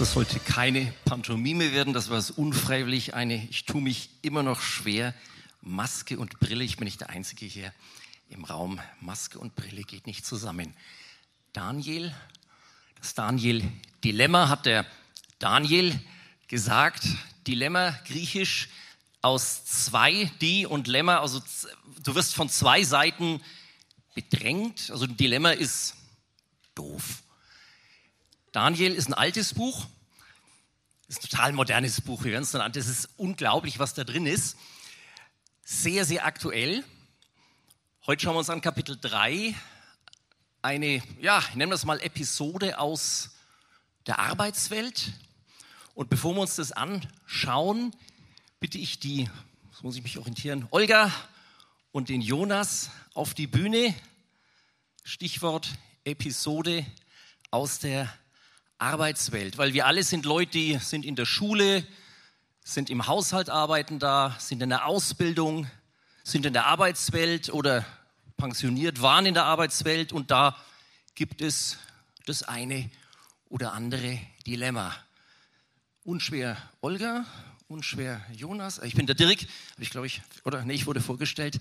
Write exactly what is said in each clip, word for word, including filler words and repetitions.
Das sollte keine Pantomime werden, das war es unfreiwillig. Eine, ich tue mich immer noch schwer, Maske und Brille, ich bin nicht der Einzige hier im Raum, Maske und Brille geht nicht zusammen. Daniel, das Daniel-Dilemma hat der Daniel gesagt, Dilemma griechisch aus zwei, die und Lemma, also du wirst von zwei Seiten bedrängt, also ein Dilemma ist doof. Daniel ist ein altes Buch, ist ein total modernes Buch, wir werden es dann an, das ist unglaublich, was da drin ist, sehr, sehr aktuell. Heute schauen wir uns an Kapitel drei, eine, ja, nennen wir es mal Episode aus der Arbeitswelt. Und bevor wir uns das anschauen, bitte ich die, so muss ich mich orientieren, Olga und den Jonas auf die Bühne. Stichwort Episode aus der Arbeitswelt, weil wir alle sind Leute, die sind in der Schule, sind im Haushalt arbeiten da, sind in der Ausbildung, sind in der Arbeitswelt oder pensioniert waren in der Arbeitswelt und da gibt es das eine oder andere Dilemma. Unschwer Olga, unschwer Jonas, ich bin der Dirk, ich glaube ich, oder nee, ich wurde vorgestellt.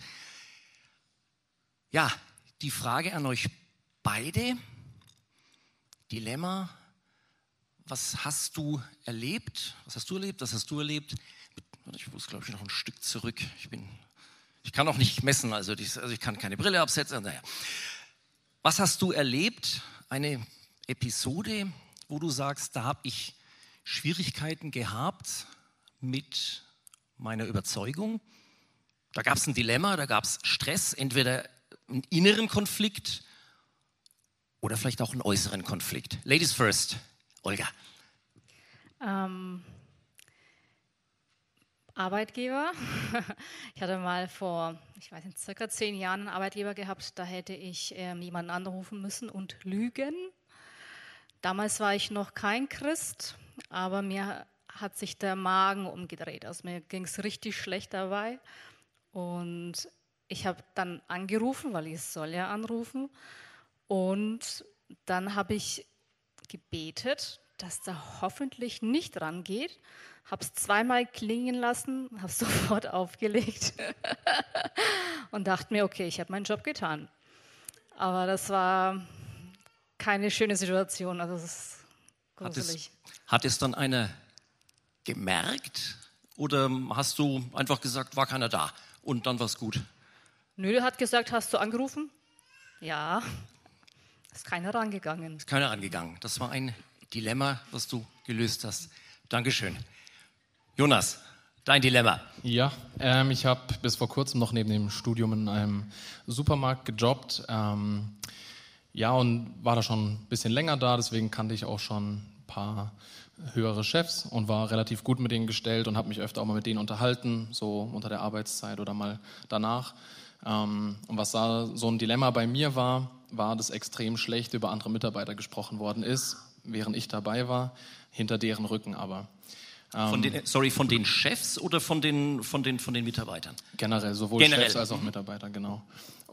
Ja, die Frage an euch beide, Dilemma, was hast du erlebt? Was hast du erlebt? Was hast du erlebt? Ich muss, glaube ich, noch ein Stück zurück. Ich bin, ich kann auch nicht messen, also, die, also ich kann keine Brille absetzen. Naja. Was hast du erlebt? Eine Episode, wo du sagst, da habe ich Schwierigkeiten gehabt mit meiner Überzeugung. Da gab es ein Dilemma, da gab es Stress, entweder einen inneren Konflikt oder vielleicht auch einen äußeren Konflikt. Ladies first. Olga. Ähm, Arbeitgeber. Ich hatte mal vor, ich weiß nicht, circa zehn Jahren einen Arbeitgeber gehabt, da hätte ich ähm, jemanden anrufen müssen und lügen. Damals war ich noch kein Christ, aber mir hat sich der Magen umgedreht. Also mir ging es richtig schlecht dabei. Und ich habe dann angerufen, weil ich soll ja anrufen. Und dann habe ich gebetet, dass da hoffentlich nicht rangeht. Habe es zweimal klingen lassen, habe sofort aufgelegt und dachte mir, okay, ich habe meinen Job getan. Aber das war keine schöne Situation, also es ist gruselig. Hat es, hat es dann einer gemerkt oder hast du einfach gesagt, war keiner da und dann war es gut? Nö, der hat gesagt, hast du angerufen? Ja. Ist keiner rangegangen. Ist keiner rangegangen. Das war ein Dilemma, was du gelöst hast. Dankeschön. Jonas, dein Dilemma. Ja, ähm, ich habe bis vor kurzem noch neben dem Studium in einem Supermarkt gejobbt. Ähm, ja, und war da schon ein bisschen länger da, deswegen kannte ich auch schon ein paar höhere Chefs und war relativ gut mit denen gestellt und habe mich öfter auch mal mit denen unterhalten, so unter der Arbeitszeit oder mal danach. Ähm, und was da so ein Dilemma bei mir war, war, dass extrem schlecht über andere Mitarbeiter gesprochen worden ist, während ich dabei war, hinter deren Rücken aber. Ähm, von den, sorry, von den Chefs oder von den, von den, von den Mitarbeitern? Generell, sowohl Generell. Chefs als auch Mitarbeiter, genau.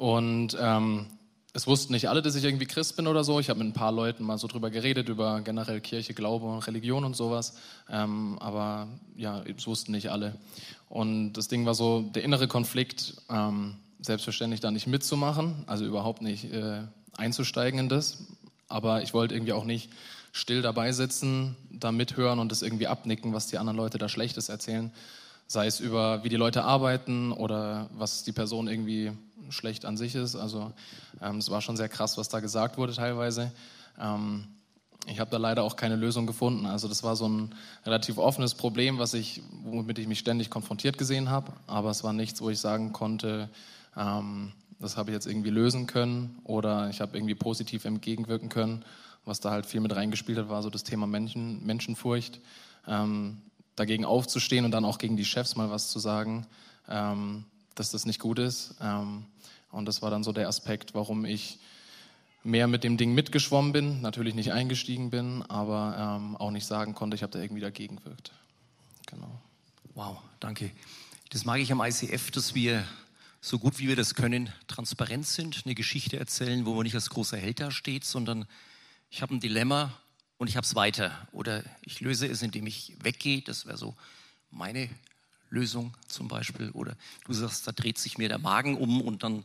Und ähm, es wussten nicht alle, dass ich irgendwie Christ bin oder so. Ich habe mit ein paar Leuten mal so drüber geredet, über generell Kirche, Glaube, Religion und sowas. Ähm, aber ja, es wussten nicht alle. Und das Ding war so, der innere Konflikt, ähm, selbstverständlich da nicht mitzumachen, also überhaupt nicht äh, einzusteigen in das. Aber ich wollte irgendwie auch nicht still dabei sitzen, da mithören und das irgendwie abnicken, was die anderen Leute da Schlechtes erzählen. Sei es über, wie die Leute arbeiten oder was die Person irgendwie schlecht an sich ist. Also ähm, es war schon sehr krass, was da gesagt wurde teilweise. Ähm, ich habe da leider auch keine Lösung gefunden. Also das war so ein relativ offenes Problem, was ich, womit ich mich ständig konfrontiert gesehen habe. Aber es war nichts, wo ich sagen konnte, ähm, das habe ich jetzt irgendwie lösen können oder ich habe irgendwie positiv entgegenwirken können. Was da halt viel mit reingespielt hat, war so das Thema Menschen, Menschenfurcht. Ähm, dagegen aufzustehen und dann auch gegen die Chefs mal was zu sagen, ähm, dass das nicht gut ist. Ähm, und das war dann so der Aspekt, warum ich mehr mit dem Ding mitgeschwommen bin, natürlich nicht eingestiegen bin, aber ähm, auch nicht sagen konnte, ich habe da irgendwie dagegen gewirkt. Genau. Wow, danke. Das mag ich am I C F, dass wir so gut wie wir das können, transparent sind, eine Geschichte erzählen, wo man nicht als großer Held dasteht, sondern ich habe ein Dilemma und ich habe es weiter. Oder ich löse es, indem ich weggehe. Das wäre so meine Lösung zum Beispiel. Oder du sagst, da dreht sich mir der Magen um und dann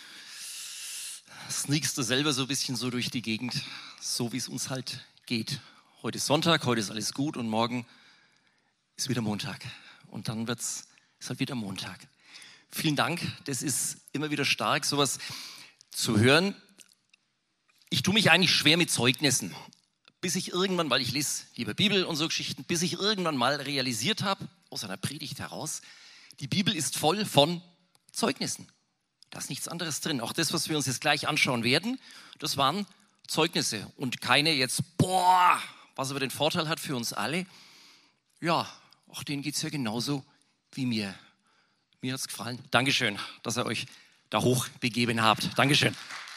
sneakst du selber so ein bisschen so durch die Gegend, so wie es uns halt geht. Heute ist Sonntag, heute ist alles gut und morgen ist wieder Montag. Und dann wird's, ist halt wieder Montag. Vielen Dank, das ist immer wieder stark, sowas zu hören. Ich tue mich eigentlich schwer mit Zeugnissen, bis ich irgendwann, weil ich lese lieber Bibel und so Geschichten, bis ich irgendwann mal realisiert habe, aus einer Predigt heraus, die Bibel ist voll von Zeugnissen. Da ist nichts anderes drin. Auch das, was wir uns jetzt gleich anschauen werden, das waren Zeugnisse und keine jetzt, boah, was aber den Vorteil hat für uns alle, ja, auch denen geht es ja genauso wie mir. Mir hat es gefallen. Dankeschön, dass ihr euch da hoch begeben habt. Dankeschön.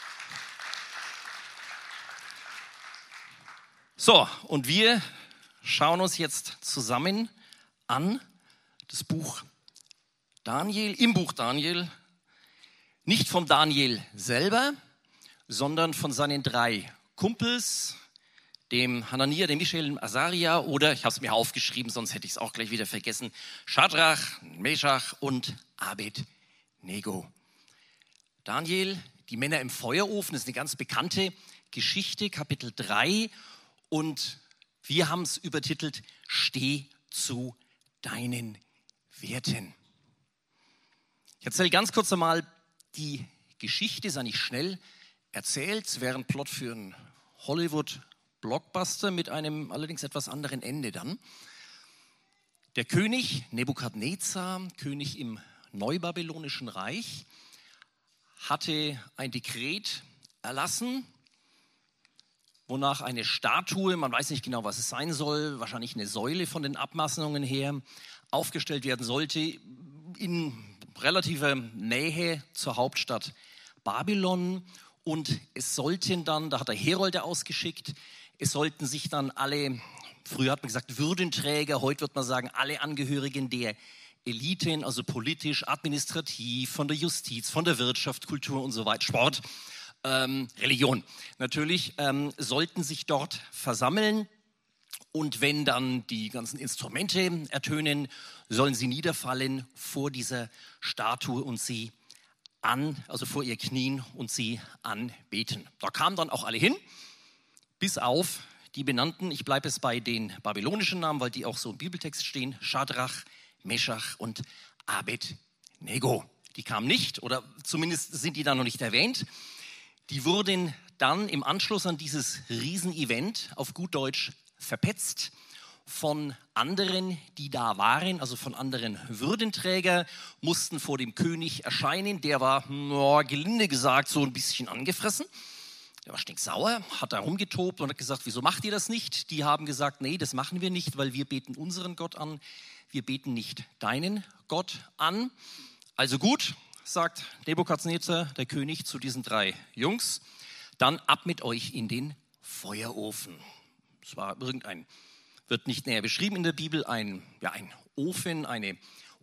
So, und wir schauen uns jetzt zusammen an das Buch Daniel, im Buch Daniel, nicht vom Daniel selber, sondern von seinen drei Kumpels, dem Hanania, dem Michael, dem Asaria oder, ich habe es mir aufgeschrieben, sonst hätte ich es auch gleich wieder vergessen, Schadrach, Meschach und Abednego. Daniel, die Männer im Feuerofen, das ist eine ganz bekannte Geschichte, Kapitel drei. Und wir haben es übertitelt, Steh zu deinen Werten. Ich erzähle ganz kurz einmal die Geschichte, ist eigentlich schnell erzählt. Es wäre ein Plot für einen Hollywood-Blockbuster mit einem allerdings etwas anderen Ende dann. Der König Nebukadnezar, König im Neubabylonischen Reich, hatte ein Dekret erlassen, wonach eine Statue, man weiß nicht genau, was es sein soll, wahrscheinlich eine Säule von den Abmaßungen her, aufgestellt werden sollte in relativer Nähe zur Hauptstadt Babylon. Und es sollten dann, da hat der Herolde ausgeschickt, es sollten sich dann alle, früher hat man gesagt Würdenträger, heute wird man sagen alle Angehörigen der Eliten, also politisch, administrativ, von der Justiz, von der Wirtschaft, Kultur und so weiter, Sport, Ähm, Religion. Natürlich ähm, sollten sich dort versammeln und wenn dann die ganzen Instrumente ertönen, sollen sie niederfallen vor dieser Statue und sie an, also vor ihr knien und sie anbeten. Da kamen dann auch alle hin, bis auf die benannten, ich bleibe es bei den babylonischen Namen, weil die auch so im Bibeltext stehen, Schadrach, Meschach und Abednego. Die kamen nicht oder zumindest sind die da noch nicht erwähnt. Die wurden dann im Anschluss an dieses Riesenevent auf gut Deutsch verpetzt von anderen, die da waren, also von anderen Würdenträgern, mussten vor dem König erscheinen. Der war, no, gelinde gesagt, so ein bisschen angefressen. Der war stinksauer, hat da rumgetobt und hat gesagt, wieso macht ihr das nicht? Die haben gesagt, nee, das machen wir nicht, weil wir beten unseren Gott an. Wir beten nicht deinen Gott an. Also gut, sagt Nebukadnezar, der König, zu diesen drei Jungs, dann ab mit euch in den Feuerofen. Es war irgendein, wird nicht näher beschrieben in der Bibel, ein, ja, ein Ofen, eine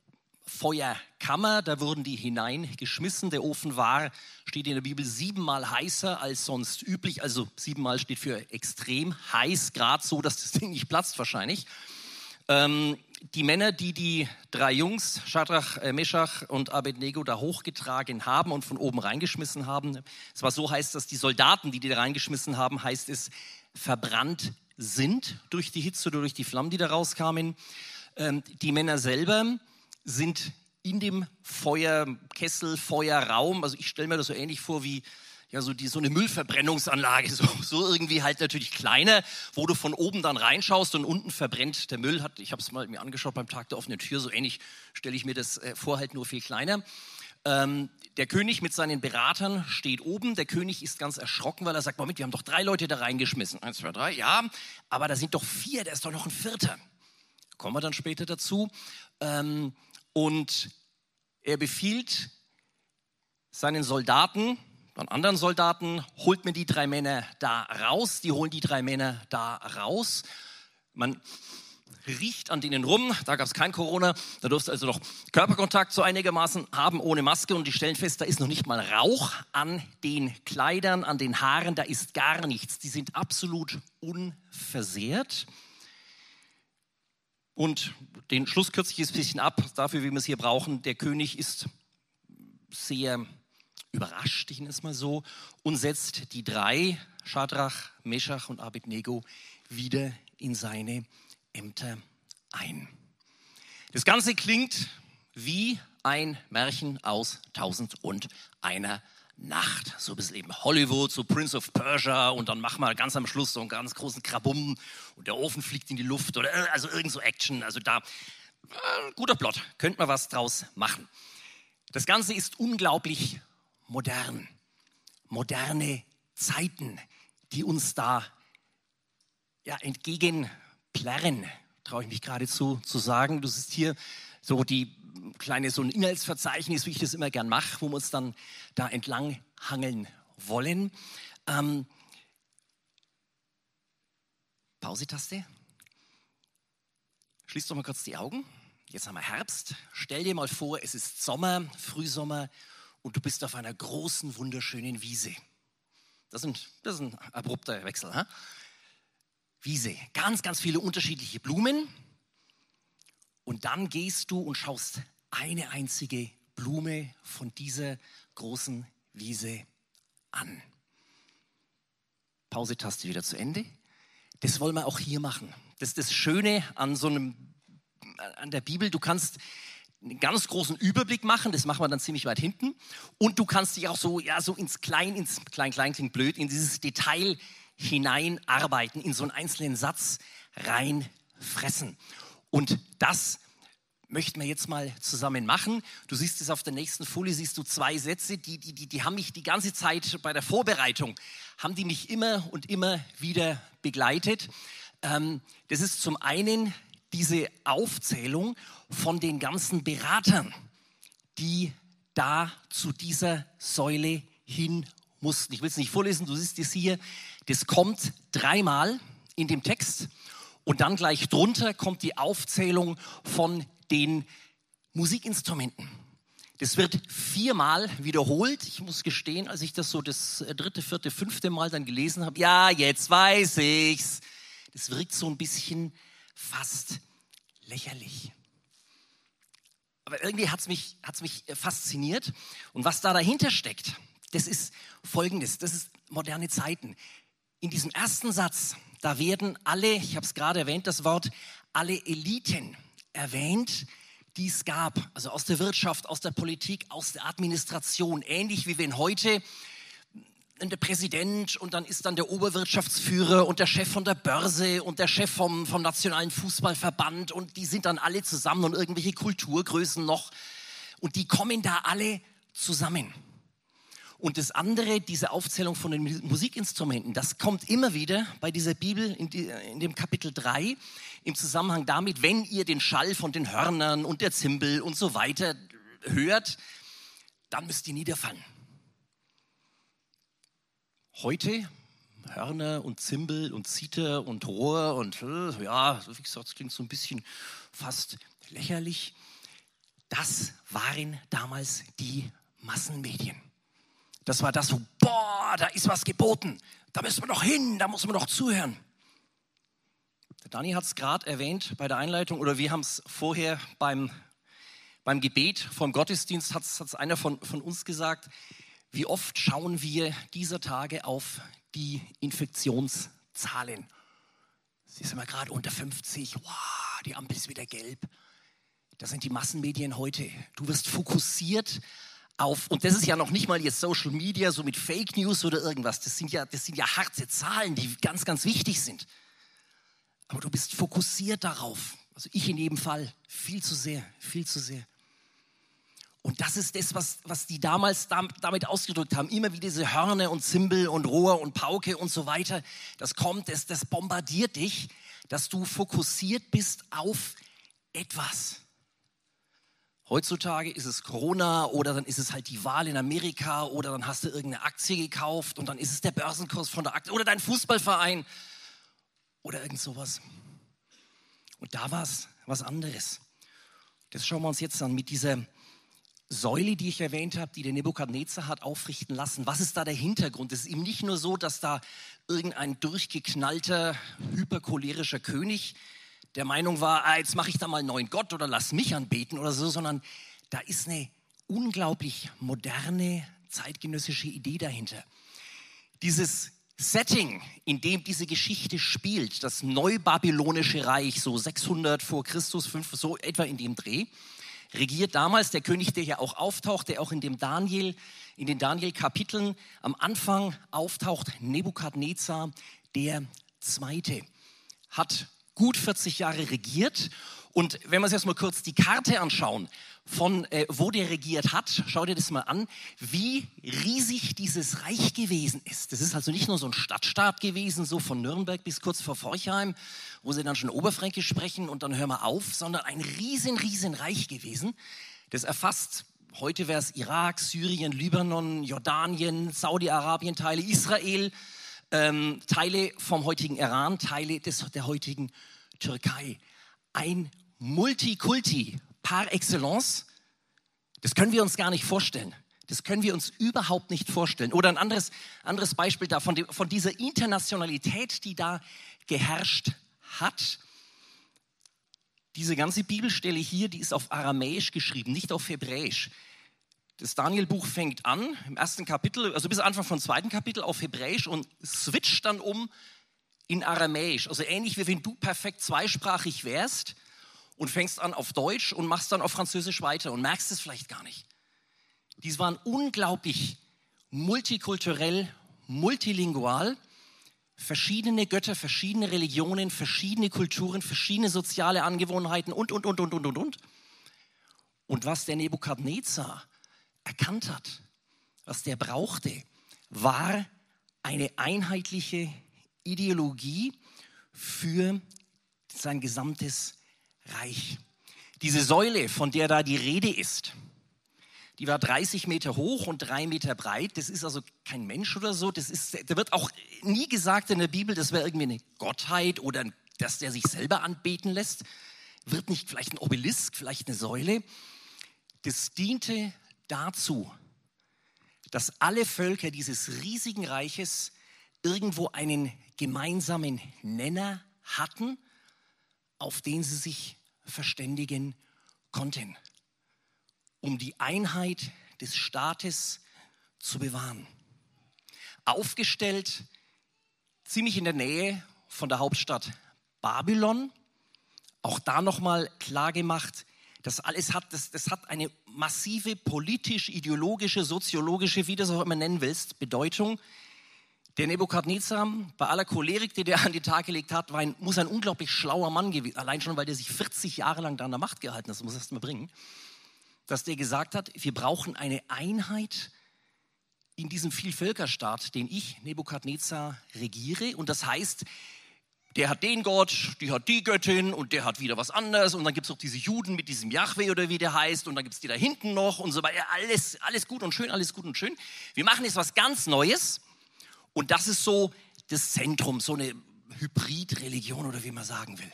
Feuerkammer, da wurden die hineingeschmissen. Der Ofen war, steht in der Bibel, siebenmal heißer als sonst üblich, also siebenmal steht für extrem heiß, gerade so, dass das Ding nicht platzt wahrscheinlich. Ähm, Die Männer, die die drei Jungs, Schadrach, äh, Meschach und Abednego, da hochgetragen haben und von oben reingeschmissen haben, es war so heiß, dass die Soldaten, die die da reingeschmissen haben, heißt es, verbrannt sind durch die Hitze oder durch die Flammen, die da rauskamen. Ähm, die Männer selber sind in dem Feuerkessel, Feuerraum, also ich stelle mir das so ähnlich vor wie ja, so, die, so eine Müllverbrennungsanlage, so, so irgendwie halt natürlich kleiner, wo du von oben dann reinschaust und unten verbrennt der Müll. Hat, ich habe es mal mir angeschaut beim Tag der offenen Tür, so ähnlich stelle ich mir das äh, vor, halt nur viel kleiner. Ähm, der König mit seinen Beratern steht oben. Der König ist ganz erschrocken, weil er sagt, Moment, wir haben doch drei Leute da reingeschmissen. Eins, zwei, drei, ja, aber da sind doch vier, da ist doch noch ein vierter. Kommen wir dann später dazu. Ähm, und er befiehlt seinen Soldaten, dann anderen Soldaten, holt mir die drei Männer da raus. Die holen die drei Männer da raus. Man riecht an denen rum, da gab es kein Corona, da durfst du also noch Körperkontakt so einigermaßen haben ohne Maske und die stellen fest, da ist noch nicht mal Rauch an den Kleidern, an den Haaren, da ist gar nichts. Die sind absolut unversehrt. Und den Schluss kürze ich jetzt ein bisschen ab, dafür, wie wir es hier brauchen. Der König ist sehr überrascht, ich nenne es mal so, und setzt die drei, Schadrach, Meschach und Abednego, wieder in seine Ämter ein. Das Ganze klingt wie ein Märchen aus Tausend und einer Nacht. So ein bisschen eben Hollywood, so Prince of Persia und dann machen wir ganz am Schluss so einen ganz großen Krabum und der Ofen fliegt in die Luft oder also irgend so Action. Also da, äh, guter Plot, könnte man was draus machen. Das Ganze ist unglaublich modern. Moderne Zeiten, die uns da ja, entgegenplärren, traue ich mich geradezu zu sagen. Du siehst hier so die kleine so ein Inhaltsverzeichnis, wie ich das immer gern mache, wo wir uns dann da entlang hangeln wollen. Ähm, Pause-Taste. Schließ doch mal kurz die Augen. Jetzt haben wir Herbst. Stell dir mal vor, es ist Sommer, Frühsommer und du bist auf einer großen, wunderschönen Wiese. Das ist ein, das ist ein abrupter Wechsel. Huh? Wiese, ganz, ganz viele unterschiedliche Blumen. Und dann gehst du und schaust eine einzige Blume von dieser großen Wiese an. Pause-Taste wieder zu Ende. Das wollen wir auch hier machen. Das ist das Schöne an so einem, an der Bibel. Du kannst einen ganz großen Überblick machen, das machen wir dann ziemlich weit hinten. Und du kannst dich auch so, ja, so ins Klein, ins Klein-Klein klingt blöd, in dieses Detail hineinarbeiten, in so einen einzelnen Satz reinfressen. Und das möchten wir jetzt mal zusammen machen. Du siehst es auf der nächsten Folie, siehst du zwei Sätze, die, die, die, die haben mich die ganze Zeit bei der Vorbereitung, haben die mich immer und immer wieder begleitet. Ähm, das ist zum einen diese Aufzählung von den ganzen Beratern, die da zu dieser Säule hin mussten. Ich will es nicht vorlesen, du siehst es hier. Das kommt dreimal in dem Text und dann gleich drunter kommt die Aufzählung von den Musikinstrumenten. Das wird viermal wiederholt. Ich muss gestehen, als ich das so das dritte, vierte, fünfte Mal dann gelesen habe, ja, jetzt weiß ich's. Das wirkt so ein bisschen fast lächerlich. Aber irgendwie hat's mich, hat's mich fasziniert. Und was da dahinter steckt, das ist Folgendes, das ist moderne Zeiten. In diesem ersten Satz, da werden alle, ich habe es gerade erwähnt, das Wort, alle Eliten erwähnt, die es gab. Also aus der Wirtschaft, aus der Politik, aus der Administration. Ähnlich wie wenn heute der Präsident und dann ist dann der Oberwirtschaftsführer und der Chef von der Börse und der Chef vom, vom Nationalen Fußballverband und die sind dann alle zusammen und irgendwelche Kulturgrößen noch. Und die kommen da alle zusammen. Und das andere, diese Aufzählung von den Musikinstrumenten, das kommt immer wieder bei dieser Bibel in, die, in dem Kapitel drei im Zusammenhang damit, wenn ihr den Schall von den Hörnern und der Zimbel und so weiter hört, dann müsst ihr niederfallen. Heute Hörner und Zimbel und Zither und Rohr und ja, wie gesagt, das klingt so ein bisschen fast lächerlich. Das waren damals die Massenmedien. Das war das so, boah, da ist was geboten. Da müssen wir doch hin, da muss man doch zuhören. Der Dani hat es gerade erwähnt bei der Einleitung oder wir haben es vorher beim, beim Gebet vom Gottesdienst, hat es einer von, von uns gesagt, wie oft schauen wir dieser Tage auf die Infektionszahlen. Sie sind mal gerade unter fünfzig, wow, die Ampel ist wieder gelb. Das sind die Massenmedien heute. Du wirst fokussiert auf, und das ist ja noch nicht mal jetzt Social Media, so mit Fake News oder irgendwas. Das sind ja, das sind ja harte Zahlen, die ganz, ganz wichtig sind. Aber du bist fokussiert darauf. Also ich in jedem Fall viel zu sehr, viel zu sehr. Und das ist das, was, was die damals damit ausgedrückt haben. Immer wieder diese Hörner und Zimbel und Rohr und Pauke und so weiter. Das kommt, das, das bombardiert dich, dass du fokussiert bist auf etwas. Heutzutage ist es Corona oder dann ist es halt die Wahl in Amerika oder dann hast du irgendeine Aktie gekauft und dann ist es der Börsenkurs von der Aktie oder dein Fußballverein oder irgend sowas. Und da war es was anderes. Das schauen wir uns jetzt an mit dieser Säule, die ich erwähnt habe, die der Nebukadnezar hat aufrichten lassen. Was ist da der Hintergrund? Es ist eben nicht nur so, dass da irgendein durchgeknallter, hypercholerischer König der Meinung war, ah, jetzt mache ich da mal einen neuen Gott oder lass mich anbeten oder so, sondern da ist eine unglaublich moderne, zeitgenössische Idee dahinter. Dieses Setting, in dem diese Geschichte spielt, das neubabylonische Reich, so sechshundert vor Christus, fünf, so etwa in dem Dreh, regiert damals der König, der ja auch auftaucht, der auch in dem Daniel, in den Daniel-Kapiteln am Anfang auftaucht, Nebukadnezar der Zweite, hat gut vierzig Jahre regiert. Und wenn wir uns jetzt mal kurz die Karte anschauen, von äh, wo der regiert hat, schau dir das mal an, wie riesig dieses Reich gewesen ist. Das ist also nicht nur so ein Stadtstaat gewesen, so von Nürnberg bis kurz vor Forchheim, wo sie dann schon Oberfränkisch sprechen und dann hören wir auf, sondern ein riesen, riesen Reich gewesen. Das erfasst, heute wäre es Irak, Syrien, Libanon, Jordanien, Saudi-Arabien, Teile Israel, ähm, Teile vom heutigen Iran, Teile des, der heutigen Türkei. Ein Multikulti par excellence, das können wir uns gar nicht vorstellen. Das können wir uns überhaupt nicht vorstellen. Oder ein anderes, anderes Beispiel da von, von dieser Internationalität, die da geherrscht hat. Diese ganze Bibelstelle hier, die ist auf Aramäisch geschrieben, nicht auf Hebräisch. Das Daniel-Buch fängt an, im ersten Kapitel, also bis Anfang vom zweiten Kapitel auf Hebräisch und switcht dann um in Aramäisch. Also ähnlich wie wenn du perfekt zweisprachig wärst und fängst an auf Deutsch und machst dann auf Französisch weiter und merkst es vielleicht gar nicht. Dies waren unglaublich multikulturell, multilingual, verschiedene Götter, verschiedene Religionen, verschiedene Kulturen, verschiedene soziale Angewohnheiten und, und, und, und, und, und, und. Und was der Nebukadnezar erkannt hat, was der brauchte, war eine einheitliche Ideologie für sein gesamtes Reich. Diese Säule, von der da die Rede ist, die war dreißig Meter hoch und drei Meter breit. Das ist also kein Mensch oder so. Das ist, da wird auch nie gesagt in der Bibel, das wäre irgendwie eine Gottheit oder dass der sich selber anbeten lässt. Wird nicht vielleicht ein Obelisk, vielleicht eine Säule. Das diente dazu, dass alle Völker dieses riesigen Reiches irgendwo einen gemeinsamen Nenner hatten, auf den sie sich verständigen konnten, um die Einheit des Staates zu bewahren. Aufgestellt, ziemlich in der Nähe von der Hauptstadt Babylon. Auch da nochmal klar gemacht, das alles hat, das, das hat eine massive politisch-ideologische, soziologische, wie du das auch immer nennen willst, Bedeutung. Der Nebukadnezar, bei aller Cholerik, die der an den Tag gelegt hat, war ein, muss ein unglaublich schlauer Mann gewesen, allein schon, weil der sich vierzig Jahre lang da an der Macht gehalten hat, das muss erst mal bringen, dass der gesagt hat, wir brauchen eine Einheit in diesem Vielvölkerstaat, den ich, Nebukadnezar, regiere. Und das heißt, der hat den Gott, die hat die Göttin und der hat wieder was anderes. Und dann gibt es auch diese Juden mit diesem Jahwe oder wie der heißt. Und dann gibt es die da hinten noch und so weiter. Alles, alles gut und schön, alles gut und schön. Wir machen jetzt was ganz Neues. Und das ist so das Zentrum, so eine Hybridreligion oder wie man sagen will.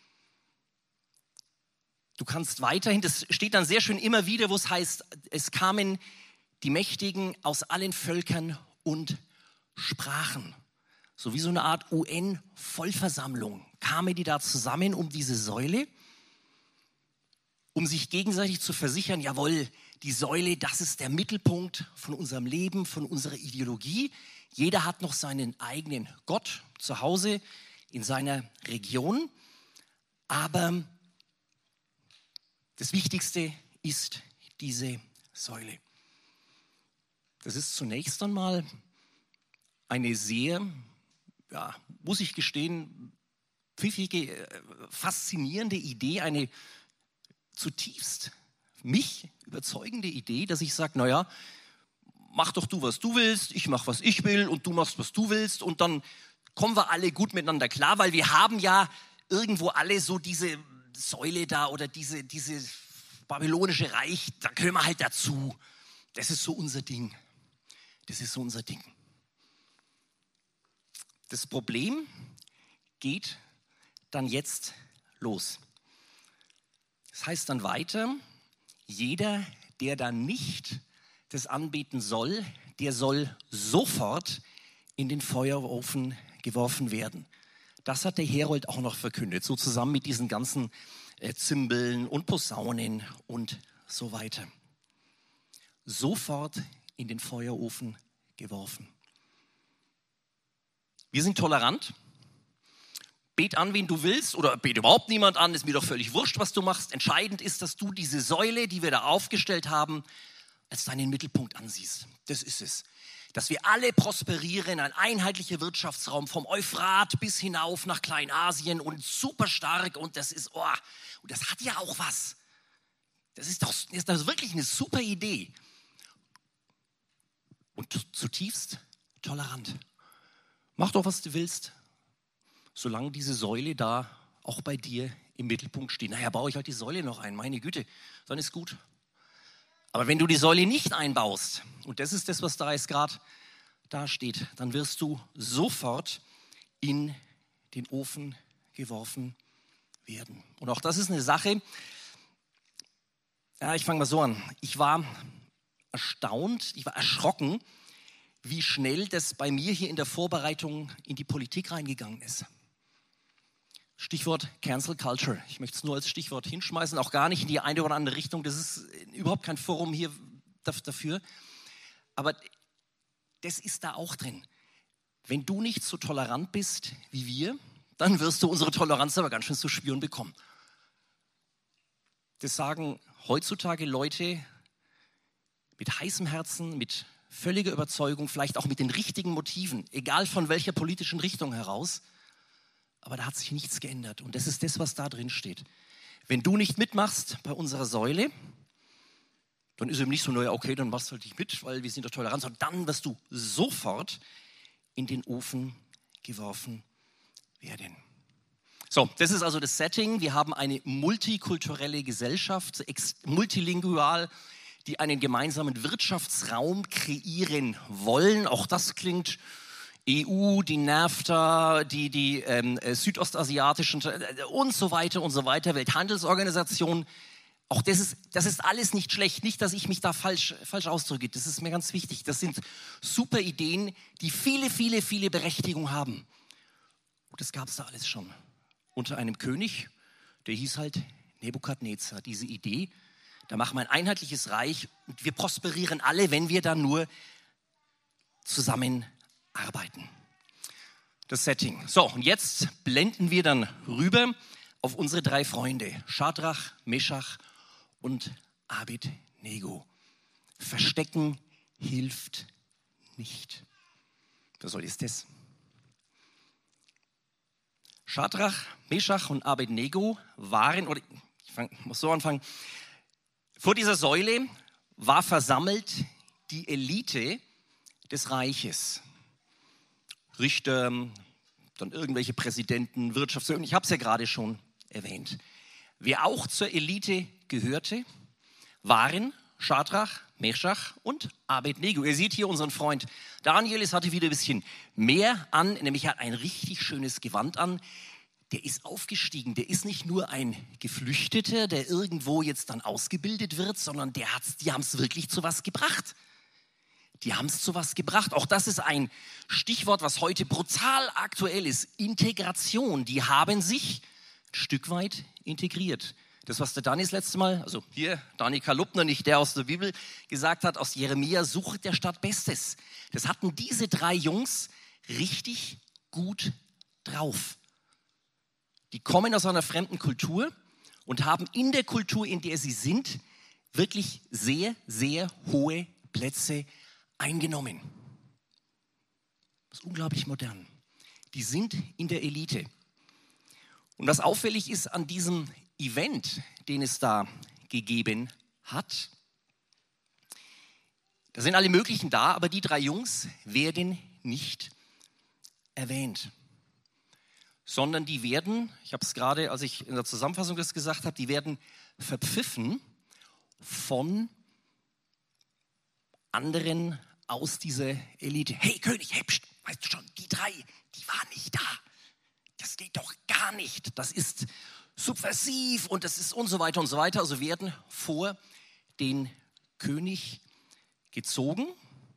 Du kannst weiterhin, das steht dann sehr schön immer wieder, wo es heißt, es kamen die Mächtigen aus allen Völkern und Sprachen. So wie so eine Art U N-Vollversammlung kamen die da zusammen um diese Säule, um sich gegenseitig zu versichern, jawohl, die Säule, das ist der Mittelpunkt von unserem Leben, von unserer Ideologie. Jeder hat noch seinen eigenen Gott zu Hause in seiner Region, aber das Wichtigste ist diese Säule. Das ist zunächst einmal eine sehr, ja, muss ich gestehen, pfiffige, faszinierende Idee, eine zutiefst mich überzeugende Idee, dass ich sage, naja, mach doch du, was du willst, ich mach, was ich will und du machst, was du willst und dann kommen wir alle gut miteinander klar, weil wir haben ja irgendwo alle so diese Säule da oder diese, diese babylonische Reich, da gehören wir halt dazu. Das ist so unser Ding. Das ist so unser Ding. Das Problem geht dann jetzt los. Das heißt dann weiter, jeder, der dann nicht das anbeten soll, der soll sofort in den Feuerofen geworfen werden. Das hat der Herold auch noch verkündet, so zusammen mit diesen ganzen äh, Zimbeln und Posaunen und so weiter. Sofort in den Feuerofen geworfen. Wir sind tolerant. Bet an, wen du willst, oder bet überhaupt niemand an, ist mir doch völlig wurscht, was du machst. Entscheidend ist, dass du diese Säule, die wir da aufgestellt haben, als deinen Mittelpunkt ansiehst. Das ist es. Dass wir alle prosperieren, ein einheitlicher Wirtschaftsraum vom Euphrat bis hinauf nach Kleinasien und super stark, und das ist, oh, und das hat ja auch was. Das ist doch, ist das wirklich eine super Idee. Und zutiefst tolerant. Mach doch, was du willst, solange diese Säule da auch bei dir im Mittelpunkt steht. Naja, baue ich halt die Säule noch ein, meine Güte, dann ist gut. Aber wenn du die Säule nicht einbaust, und das ist das, was da jetzt gerade da steht, dann wirst du sofort in den Ofen geworfen werden. Und auch das ist eine Sache, ja, ich fange mal so an. Ich war erstaunt, ich war erschrocken, wie schnell das bei mir hier in der Vorbereitung in die Politik reingegangen ist. Stichwort Cancel Culture. Ich möchte es nur als Stichwort hinschmeißen, auch gar nicht in die eine oder andere Richtung. Das ist überhaupt kein Forum hier dafür. Aber das ist da auch drin. Wenn du nicht so tolerant bist wie wir, dann wirst du unsere Toleranz aber ganz schön zu spüren bekommen. Das sagen heutzutage Leute mit heißem Herzen, mit völliger Überzeugung, vielleicht auch mit den richtigen Motiven, egal von welcher politischen Richtung heraus. Aber da hat sich nichts geändert. Und das ist das, was da drin steht. Wenn du nicht mitmachst bei unserer Säule, dann ist eben nicht so, naja, okay, dann machst du halt nicht mit, weil wir sind doch tolerant, sondern dann wirst du sofort in den Ofen geworfen werden. So, das ist also das Setting. Wir haben eine multikulturelle Gesellschaft, multilingual, die einen gemeinsamen Wirtschaftsraum kreieren wollen. Auch das klingt E U, die NAFTA, die, die ähm, südostasiatischen und so weiter und so weiter, Welthandelsorganisation. Auch das ist, das ist alles nicht schlecht. Nicht, dass ich mich da falsch, falsch ausdrücke. Das ist mir ganz wichtig. Das sind super Ideen, die viele, viele, viele Berechtigung haben. Und das gab es da alles schon. Unter einem König, der hieß halt Nebukadnezar. Diese Idee, da machen wir ein einheitliches Reich und wir prosperieren alle, wenn wir dann nur zusammenarbeiten. Das Setting. So, und jetzt blenden wir dann rüber auf unsere drei Freunde. Schadrach, Meschach und Abednego. Verstecken hilft nicht. Was soll jetzt das? Schadrach, Meschach und Abednego waren, oder ich fang, muss so anfangen, vor dieser Säule war versammelt die Elite des Reiches. Richter, dann irgendwelche Präsidenten, Wirtschaftsführer, ich habe es ja gerade schon erwähnt. Wer auch zur Elite gehörte, waren Schadrach, Meschach und Abednego. Ihr seht hier unseren Freund Daniel, es hatte wieder ein bisschen mehr an, nämlich er hat ein richtig schönes Gewand an. Der ist aufgestiegen, der ist nicht nur ein Geflüchteter, der irgendwo jetzt dann ausgebildet wird, sondern der hat's, die haben es wirklich zu was gebracht. Die haben es zu was gebracht. Auch das ist ein Stichwort, was heute brutal aktuell ist. Integration. Die haben sich ein Stück weit integriert. Das, was der Dani das letzte Mal, also hier, Dani Kalupner, nicht der aus der Bibel, gesagt hat, aus Jeremia, sucht der Stadt Bestes. Das hatten diese drei Jungs richtig gut drauf. Die kommen aus einer fremden Kultur und haben in der Kultur, in der sie sind, wirklich sehr, sehr hohe Plätze eingenommen. Das ist unglaublich modern. Die sind in der Elite. Und was auffällig ist an diesem Event, den es da gegeben hat, da sind alle möglichen da, aber die drei Jungs werden nicht erwähnt. Sondern die werden, ich habe es gerade, als ich in der Zusammenfassung das gesagt habe, die werden verpfiffen von anderen aus dieser Elite. Hey König, hey, pst, weißt du schon, die drei, die waren nicht da. Das geht doch gar nicht. Das ist subversiv und das ist und so weiter und so weiter. Also werden vor den König gezogen.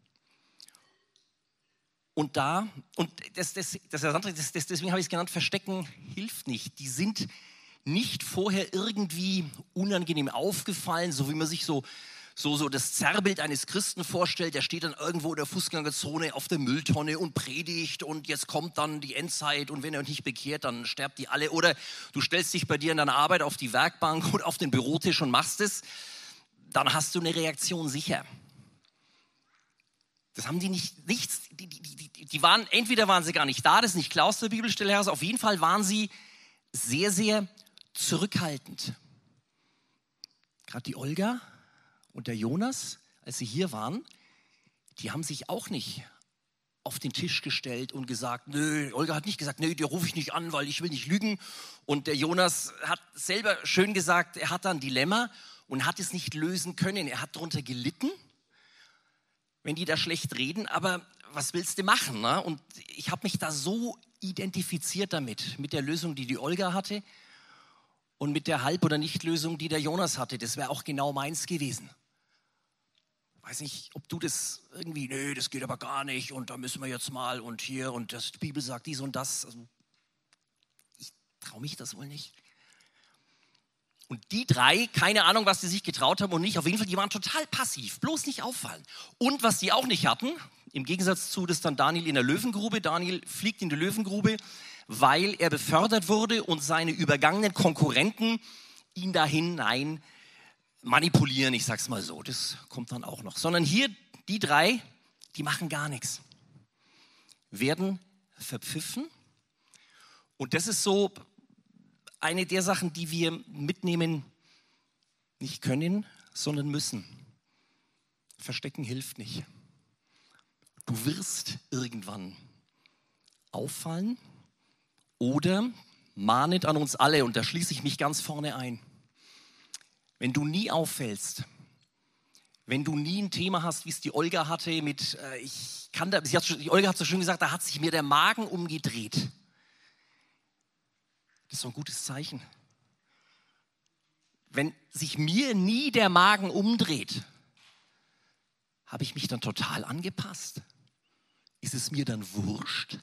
Und da, und das, das, das, das, das, deswegen habe ich es genannt, Verstecken hilft nicht. Die sind nicht vorher irgendwie unangenehm aufgefallen, so wie man sich so, so, so das Zerrbild eines Christen vorstellt. Der steht dann irgendwo in der Fußgängerzone auf der Mülltonne und predigt und jetzt kommt dann die Endzeit und wenn er nicht bekehrt, dann sterbt die alle. Oder du stellst dich bei dir in deiner Arbeit auf die Werkbank oder auf den Bürotisch und machst es, dann hast du eine Reaktion sicher. Das haben die nicht, nichts, die, die, die, die waren, entweder waren sie gar nicht da, das ist nicht klar aus der Bibelstelle heraus, auf jeden Fall waren sie sehr, sehr zurückhaltend. Gerade die Olga und der Jonas, als sie hier waren, die haben sich auch nicht auf den Tisch gestellt und gesagt, nö, Olga hat nicht gesagt, nö, dir rufe ich nicht an, weil ich will nicht lügen. Und der Jonas hat selber schön gesagt, er hat da ein Dilemma und hat es nicht lösen können. Er hat darunter gelitten, wenn die da schlecht reden, aber was willst du machen? Ne? Und ich habe mich da so identifiziert damit, mit der Lösung, die die Olga hatte und mit der Halb- oder Nicht-Lösung, die der Jonas hatte. Das wäre auch genau meins gewesen. Ich weiß nicht, ob du das irgendwie, nö, das geht aber gar nicht und da müssen wir jetzt mal und hier und das, die Bibel sagt dies und das. Also, ich traue mich das wohl nicht. Und die drei, keine Ahnung, was die sich getraut haben und nicht, auf jeden Fall, die waren total passiv, bloß nicht auffallen. Und was die auch nicht hatten, im Gegensatz zu das dann Daniel in der Löwengrube, Daniel fliegt in die Löwengrube, weil er befördert wurde und seine übergangenen Konkurrenten ihn da hinein manipulieren, ich sag's mal so, das kommt dann auch noch. Sondern hier, die drei, die machen gar nichts, werden verpfiffen und das ist so eine der Sachen, die wir mitnehmen, nicht können, sondern müssen. Verstecken hilft nicht. Du wirst irgendwann auffallen oder mahnet an uns alle, und da schließe ich mich ganz vorne ein. Wenn du nie auffällst, wenn du nie ein Thema hast, wie es die Olga hatte, mit, äh, ich kann da, sie hat, die Olga hat so schön gesagt, da hat sich mir der Magen umgedreht. Das ist doch ein gutes Zeichen. Wenn sich mir nie der Magen umdreht, habe ich mich dann total angepasst? Ist es mir dann wurscht?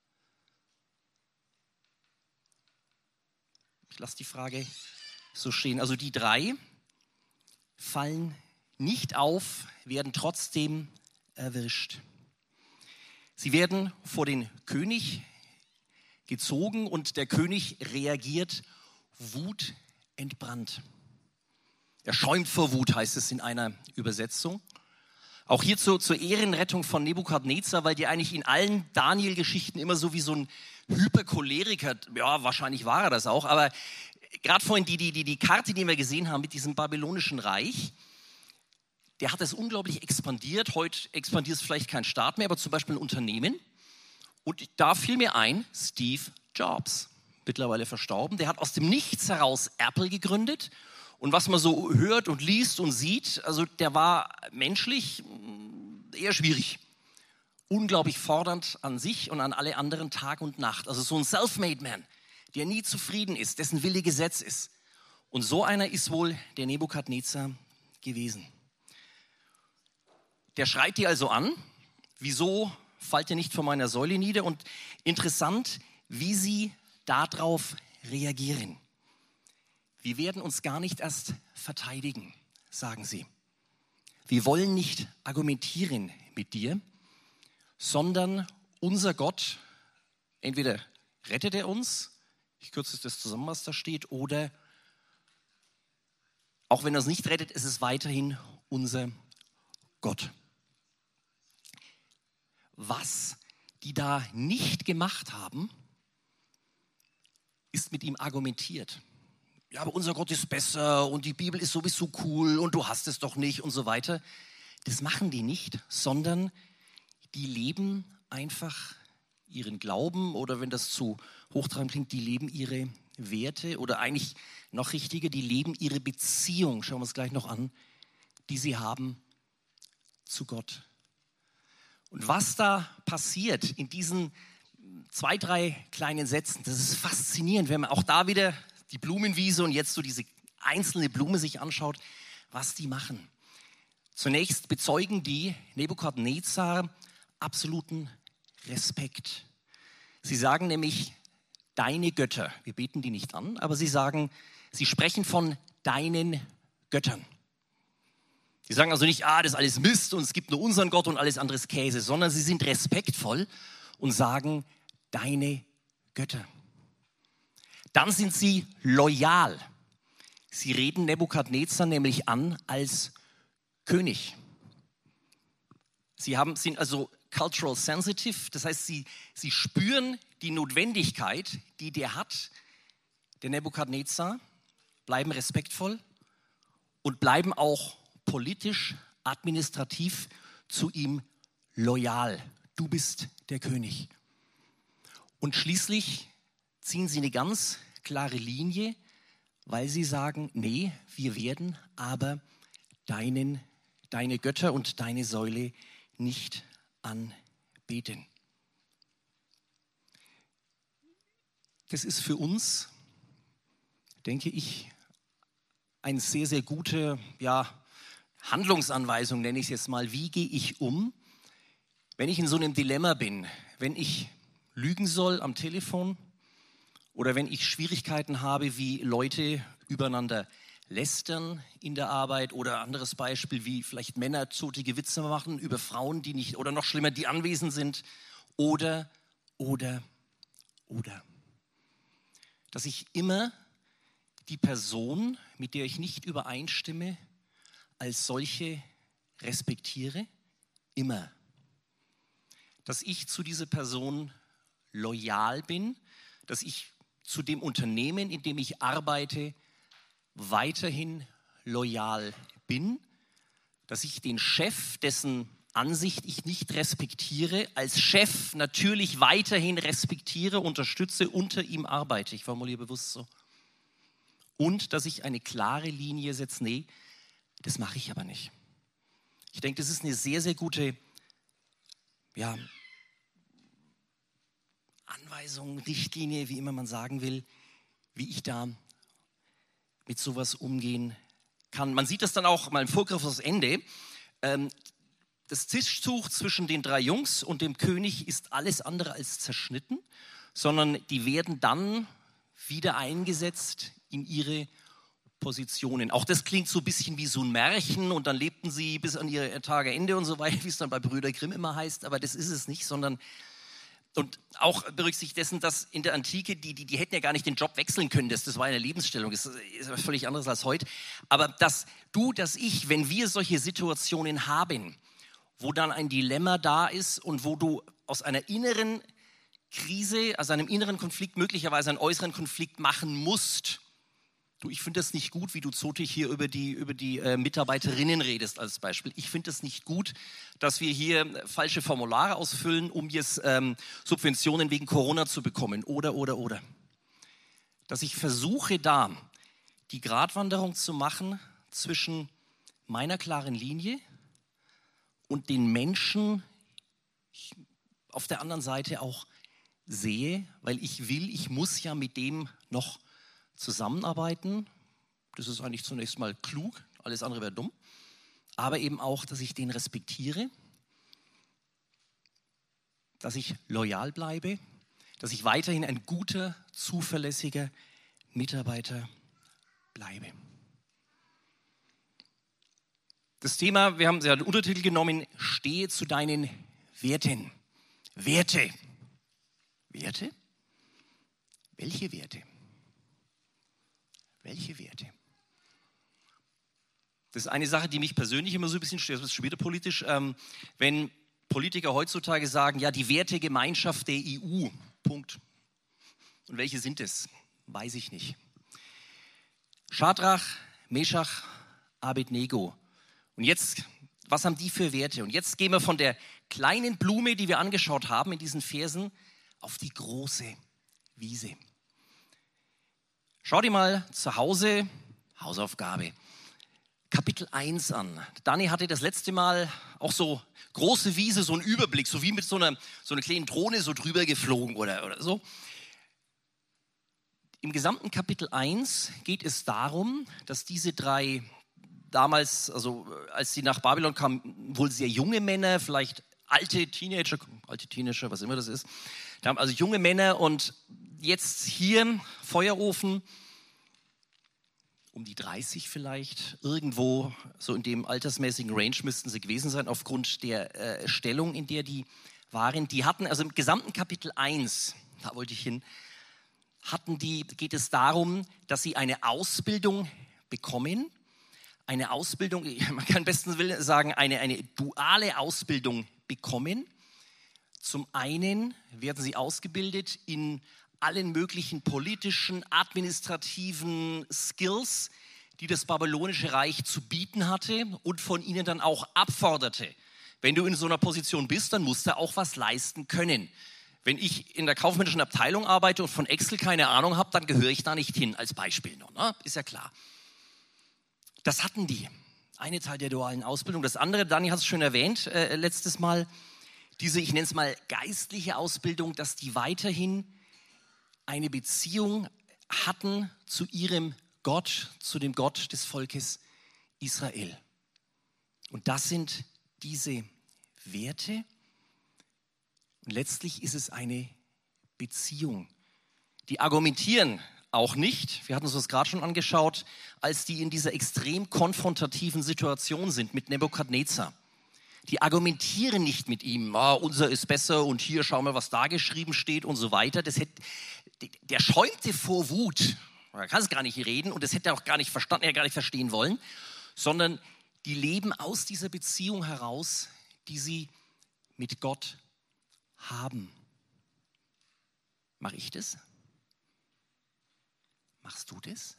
Ich lasse die Frage so stehen. Also die drei fallen nicht auf, werden trotzdem erwischt. Sie werden vor den König gezogen und der König reagiert wutentbrannt. Er schäumt vor Wut, heißt es in einer Übersetzung. Auch hierzu zur Ehrenrettung von Nebukadnezar, weil die eigentlich in allen Daniel-Geschichten immer so wie so ein Hypercholeriker, ja, wahrscheinlich war er das auch, aber gerade vorhin die, die, die, die Karte, die wir gesehen haben mit diesem babylonischen Reich, der hat das unglaublich expandiert. Heute expandiert es vielleicht kein Staat mehr, aber zum Beispiel ein Unternehmen. Und da fiel mir ein, Steve Jobs, mittlerweile verstorben, der hat aus dem Nichts heraus Apple gegründet. Und was man so hört und liest und sieht, also der war menschlich eher schwierig. Unglaublich fordernd an sich und an alle anderen Tag und Nacht. Also so ein Self-Made Man, der nie zufrieden ist, dessen Wille Gesetz ist. Und so einer ist wohl der Nebukadnezar gewesen. Der schreit die also an, wieso fallt ihr nicht von meiner Säule nieder? Und interessant, wie sie darauf reagieren. Wir werden uns gar nicht erst verteidigen, sagen sie. Wir wollen nicht argumentieren mit dir, sondern unser Gott, entweder rettet er uns, ich kürze das zusammen, was da steht, oder auch wenn er uns nicht rettet, ist es weiterhin unser Gott. Was die da nicht gemacht haben, ist mit ihm argumentiert. Ja, aber unser Gott ist besser und die Bibel ist sowieso cool und du hast es doch nicht und so weiter. Das machen die nicht, sondern die leben einfach ihren Glauben oder wenn das zu hochtrabend klingt, die leben ihre Werte oder eigentlich noch richtiger, die leben ihre Beziehung, schauen wir uns gleich noch an, die sie haben zu Gott. Und was da passiert in diesen zwei, drei kleinen Sätzen, das ist faszinierend, wenn man auch da wieder die Blumenwiese und jetzt so diese einzelne Blume sich anschaut, was die machen. Zunächst bezeugen die Nebukadnezar absoluten Respekt. Sie sagen nämlich, deine Götter, wir beten die nicht an, aber sie sagen, sie sprechen von deinen Göttern. Sie sagen also nicht, ah, das ist alles Mist und es gibt nur unseren Gott und alles andere ist Käse, sondern sie sind respektvoll und sagen, deine Götter. Dann sind sie loyal. Sie reden Nebukadnezar nämlich an als König. Sie haben, sind also cultural sensitive, das heißt, sie, sie spüren die Notwendigkeit, die der hat, der Nebukadnezar, bleiben respektvoll und bleiben auch politisch, administrativ zu ihm loyal. Du bist der König. Und schließlich ziehen sie eine ganz klare Linie, weil sie sagen, nee, wir werden aber deinen, deine Götter und deine Säule nicht anbeten. Das ist für uns, denke ich, eine sehr, sehr gute ja, Handlungsanweisung, nenne ich es jetzt mal. Wie gehe ich um, wenn ich in so einem Dilemma bin, wenn ich lügen soll am Telefon oder wenn ich Schwierigkeiten habe, wie Leute übereinander lästern in der Arbeit oder anderes Beispiel, wie vielleicht Männer zotige Witze machen über Frauen, die nicht, oder noch schlimmer, die anwesend sind, oder, oder, oder. Dass ich immer die Person, mit der ich nicht übereinstimme, als solche respektiere, immer. Dass ich zu dieser Person loyal bin, dass ich zu dem Unternehmen, in dem ich arbeite, weiterhin loyal bin, dass ich den Chef, dessen Ansicht ich nicht respektiere, als Chef natürlich weiterhin respektiere, unterstütze, unter ihm arbeite. Ich formuliere bewusst so. Und dass ich eine klare Linie setze, nee, das mache ich aber nicht. Ich denke, das ist eine sehr, sehr gute ja, Anweisung, Richtlinie, wie immer man sagen will, wie ich da mit sowas umgehen kann. Man sieht das dann auch mal im Vorgriff aufs Ende. Ähm, das Tischtuch zwischen den drei Jungs und dem König ist alles andere als zerschnitten, sondern die werden dann wieder eingesetzt in ihre Positionen. Auch das klingt so ein bisschen wie so ein Märchen und dann lebten sie bis an ihr Tageende und so weiter, wie es dann bei Brüder Grimm immer heißt, aber das ist es nicht, sondern und auch berücksichtigt dessen, dass in der Antike, die, die, die hätten ja gar nicht den Job wechseln können, das, das war eine Lebensstellung, das ist was völlig anderes als heute. Aber dass du, dass ich, wenn wir solche Situationen haben, wo dann ein Dilemma da ist und wo du aus einer inneren Krise, also einem inneren Konflikt möglicherweise einen äußeren Konflikt machen musst, du, ich finde das nicht gut, wie du zotig hier über die, über die äh, Mitarbeiterinnen redest als Beispiel. Ich finde das nicht gut, dass wir hier falsche Formulare ausfüllen, um jetzt ähm, Subventionen wegen Corona zu bekommen. Oder, oder, oder. Dass ich versuche da die Gratwanderung zu machen zwischen meiner klaren Linie und den Menschen auf der anderen Seite auch sehe, weil ich will, ich muss ja mit dem noch zusammenarbeiten, das ist eigentlich zunächst mal klug, alles andere wäre dumm, aber eben auch, dass ich den respektiere, dass ich loyal bleibe, dass ich weiterhin ein guter, zuverlässiger Mitarbeiter bleibe. Das Thema, wir haben ja den Untertitel genommen, stehe zu deinen Werten. Werte. Werte? Welche Werte? Welche Werte? Das ist eine Sache, die mich persönlich immer so ein bisschen stört, das ist schon wieder politisch, ähm, wenn Politiker heutzutage sagen, ja, die Wertegemeinschaft der E U, Punkt. Und welche sind es? Weiß ich nicht. Schadrach, Meschach, Abednego. Und jetzt, was haben die für Werte? Und jetzt gehen wir von der kleinen Blume, die wir angeschaut haben in diesen Versen, auf die große Wiese. Schau dir mal zu Hause, Hausaufgabe, Kapitel eins an. Dani hatte das letzte Mal auch so große Wiese, so einen Überblick, so wie mit so einer, so einer kleinen Drohne so drüber geflogen oder, oder so. im gesamten Kapitel eins geht es darum, dass diese drei damals, also als sie nach Babylon kamen, wohl sehr junge Männer, vielleicht alte Teenager, alte Teenager, was immer das ist, da haben also junge Männer und jetzt hier Feuerofen, um die dreißig vielleicht, irgendwo so in dem altersmäßigen Range müssten sie gewesen sein, aufgrund der äh, Stellung, in der die waren. Die hatten also im gesamten Kapitel eins, da wollte ich hin, hatten die, geht es darum, dass sie eine Ausbildung bekommen, eine Ausbildung, man kann am besten sagen, eine, eine duale Ausbildung bekommen. Zum einen werden sie ausgebildet in allen möglichen politischen, administrativen Skills, die das babylonische Reich zu bieten hatte und von ihnen dann auch abforderte. Wenn du in so einer Position bist, dann musst du auch was leisten können. Wenn ich in der kaufmännischen Abteilung arbeite und von Excel keine Ahnung habe, dann gehöre ich da nicht hin, als Beispiel noch, ne? Ist ja klar. Das hatten die. Eine Teil der dualen Ausbildung. Das andere, Dani hat es schon erwähnt, äh, letztes Mal, diese, ich nenne es mal geistliche Ausbildung, dass die weiterhin eine Beziehung hatten zu ihrem Gott, zu dem Gott des Volkes Israel. Und das sind diese Werte. Und letztlich ist es eine Beziehung. Die argumentieren auch nicht, wir hatten uns das gerade schon angeschaut, als die in dieser extrem konfrontativen Situation sind mit Nebukadnezar. Die argumentieren nicht mit ihm, ah, unser ist besser und hier schauen wir, was da geschrieben steht und so weiter. Das hätte, der schäumte vor Wut, er kann es gar nicht reden und das hätte er auch gar nicht verstanden, er gar nicht verstehen wollen, sondern die leben aus dieser Beziehung heraus, die sie mit Gott haben. Mache ich das? Machst du das?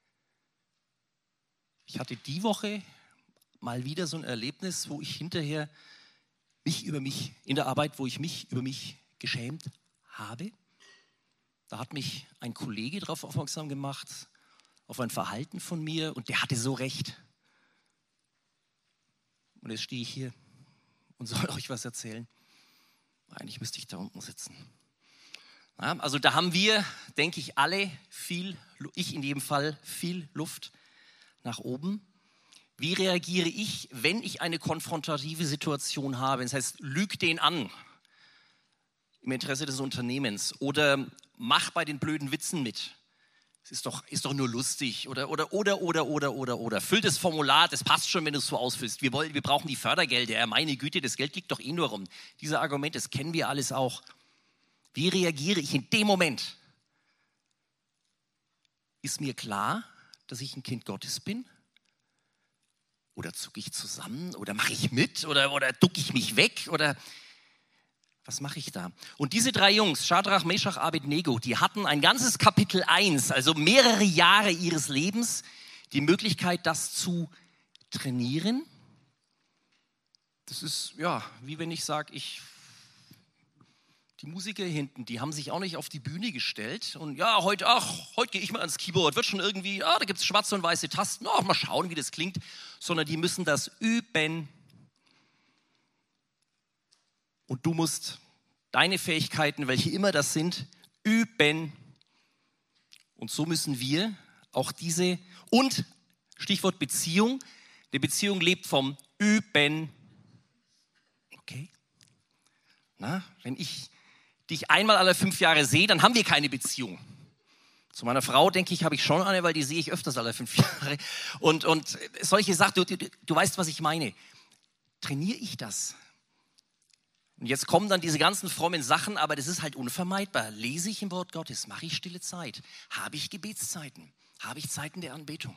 Ich hatte die Woche mal wieder so ein Erlebnis, wo ich hinterher mich über mich, in der Arbeit, wo ich mich über mich geschämt habe. Da hat mich ein Kollege darauf aufmerksam gemacht, auf ein Verhalten von mir und der hatte so recht. Und jetzt stehe ich hier und soll euch was erzählen. Eigentlich müsste ich da unten sitzen. Ja, also da haben wir, denke ich, alle viel, ich in jedem Fall, viel Luft nach oben. Wie reagiere ich, wenn ich eine konfrontative Situation habe? Das heißt, lüg den an im Interesse des Unternehmens oder mach bei den blöden Witzen mit. Es ist doch, ist doch nur lustig oder, oder, oder, oder, oder, oder, oder. Füll das Formular, das passt schon, wenn du es so ausfüllst. Wir, wollen, wir brauchen die Fördergelder. Ja, meine Güte, das Geld liegt doch eh nur rum. Diese Argumente, das kennen wir alles auch. Wie reagiere ich in dem Moment? Ist mir klar, dass ich ein Kind Gottes bin? Oder zucke ich zusammen? Oder mache ich mit? Oder, oder ducke ich mich weg? Oder was mache ich da? Und diese drei Jungs, Schadrach, Meschach, Abednego, die hatten ein ganzes Kapitel eins, also mehrere Jahre ihres Lebens, die Möglichkeit, das zu trainieren. Das ist, ja, wie wenn ich sage, ich... Die Musiker hinten, die haben sich auch nicht auf die Bühne gestellt und ja, heute, ach, heute gehe ich mal ans Keyboard, wird schon irgendwie, ah, da gibt es schwarze und weiße Tasten, oh, mal schauen, wie das klingt, sondern die müssen das üben. Und du musst deine Fähigkeiten, welche immer das sind, üben. Und so müssen wir auch diese, und Stichwort Beziehung, die Beziehung lebt vom Üben. Okay? Na, wenn ich dich einmal alle fünf Jahre sehe, dann haben wir keine Beziehung. Zu meiner Frau, denke ich, habe ich schon eine, weil die sehe ich öfters alle fünf Jahre. Und, und solche Sachen, du, du, du weißt, was ich meine. Trainiere ich das? Und jetzt kommen dann diese ganzen frommen Sachen, aber das ist halt unvermeidbar. Lese ich im Wort Gottes? Mache ich stille Zeit? Habe ich Gebetszeiten? Habe ich Zeiten der Anbetung?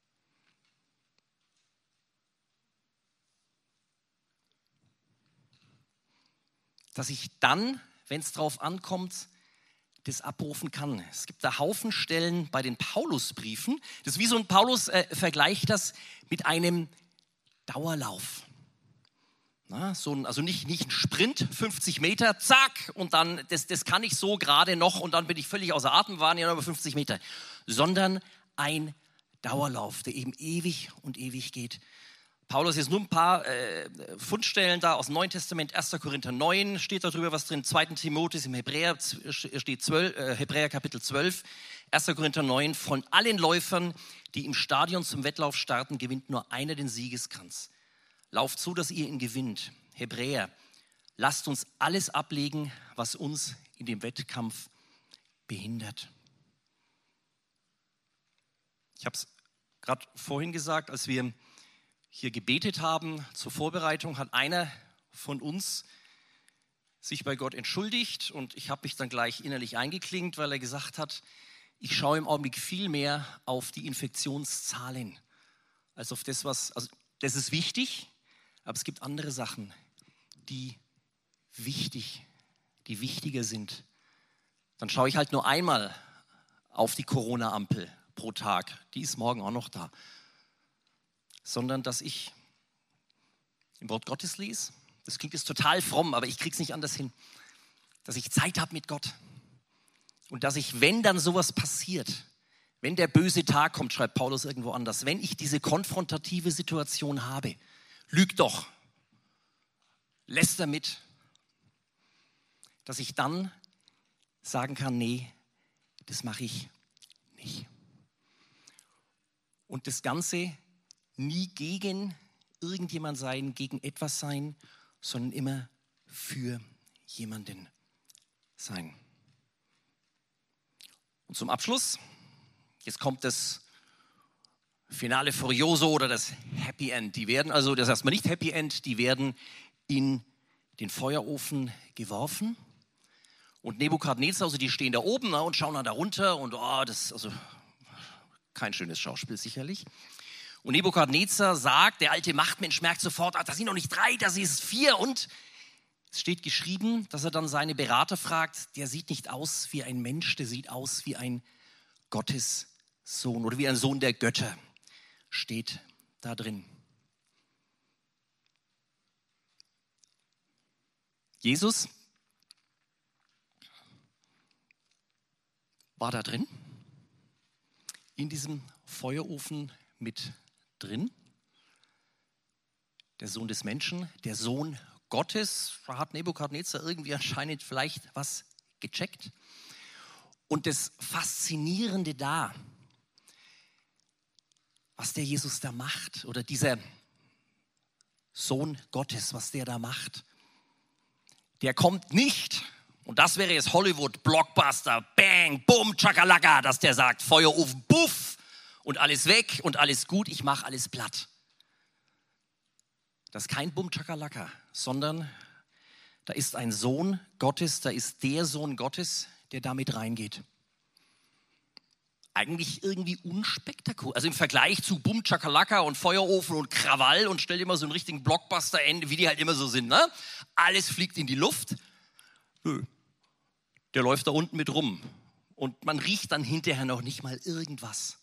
Dass ich dann, wenn es drauf ankommt, das abrufen kann. Es gibt da Haufen Stellen bei den Paulusbriefen. Das ist wie so ein Paulus äh, vergleicht das mit einem Dauerlauf. Na, so ein, also nicht, nicht ein Sprint, fünfzig Meter, zack, und dann, das, das kann ich so gerade noch und dann bin ich völlig außer Atem, waren ja noch über fünfzig Meter, sondern ein Dauerlauf, der eben ewig und ewig geht. Paulus, jetzt nur ein paar äh, Fundstellen da aus dem Neuen Testament, erster Korinther neun steht darüber was drin, zweiter Timotheus, im Hebräer steht zwölf, äh, Hebräer Kapitel zwölf, erster Korinther neun, von allen Läufern, die im Stadion zum Wettlauf starten, gewinnt nur einer den Siegeskranz. Lauft so, dass ihr ihn gewinnt. Hebräer, lasst uns alles ablegen, was uns in dem Wettkampf behindert. Ich habe es gerade vorhin gesagt, als wir hier gebetet haben zur Vorbereitung, hat einer von uns sich bei Gott entschuldigt und ich habe mich dann gleich innerlich eingeklinkt, weil er gesagt hat, ich schaue im Augenblick viel mehr auf die Infektionszahlen als auf das, was, also das ist wichtig, aber es gibt andere Sachen, die wichtig, die wichtiger sind. Dann schaue ich halt nur einmal auf die Corona-Ampel pro Tag, die ist morgen auch noch da, sondern dass ich im Wort Gottes lese. Das klingt jetzt total fromm, aber ich kriege es nicht anders hin, dass ich Zeit habe mit Gott und dass ich, wenn dann sowas passiert, wenn der böse Tag kommt, schreibt Paulus irgendwo anders, wenn ich diese konfrontative Situation habe, lüg doch, läster mit, dass ich dann sagen kann, nee, das mache ich nicht. Und das Ganze nie gegen irgendjemand sein, gegen etwas sein, sondern immer für jemanden sein. Und zum Abschluss, jetzt kommt das Finale Furioso oder das Happy End. Die werden also, das ist erstmal nicht Happy End, die werden in den Feuerofen geworfen. Und Nebukadnezar, also die stehen da oben, ne, und schauen dann da runter und oh, das ist also kein schönes Schauspiel sicherlich. Und Nebukadnezar sagt, der alte Machtmensch merkt sofort, ach, das sind noch nicht drei, das ist vier. Und es steht geschrieben, dass er dann seine Berater fragt, der sieht nicht aus wie ein Mensch, der sieht aus wie ein Gottessohn oder wie ein Sohn der Götter, steht da drin. Jesus war da drin, in diesem Feuerofen mit drin. Der Sohn des Menschen, der Sohn Gottes, da hat Nebukadnezar irgendwie anscheinend vielleicht was gecheckt. Und das Faszinierende da, was der Jesus da macht, oder dieser Sohn Gottes, was der da macht, der kommt nicht, und das wäre jetzt Hollywood, Blockbuster, Bang, Bumm, Chakalaka, dass der sagt, Feuerofen, Puff, und alles weg und alles gut, ich mache alles platt. Das ist kein Bumm, Chakalaka, sondern da ist ein Sohn Gottes, da ist der Sohn Gottes, der damit reingeht. Eigentlich irgendwie unspektakulär. Also im Vergleich zu Bumm, Chakalaka und Feuerofen und Krawall und stell dir mal so einen richtigen Blockbuster-Ende, wie die halt immer so sind, ne? Alles fliegt in die Luft. Nö. Der läuft da unten mit rum. Und man riecht dann hinterher noch nicht mal irgendwas.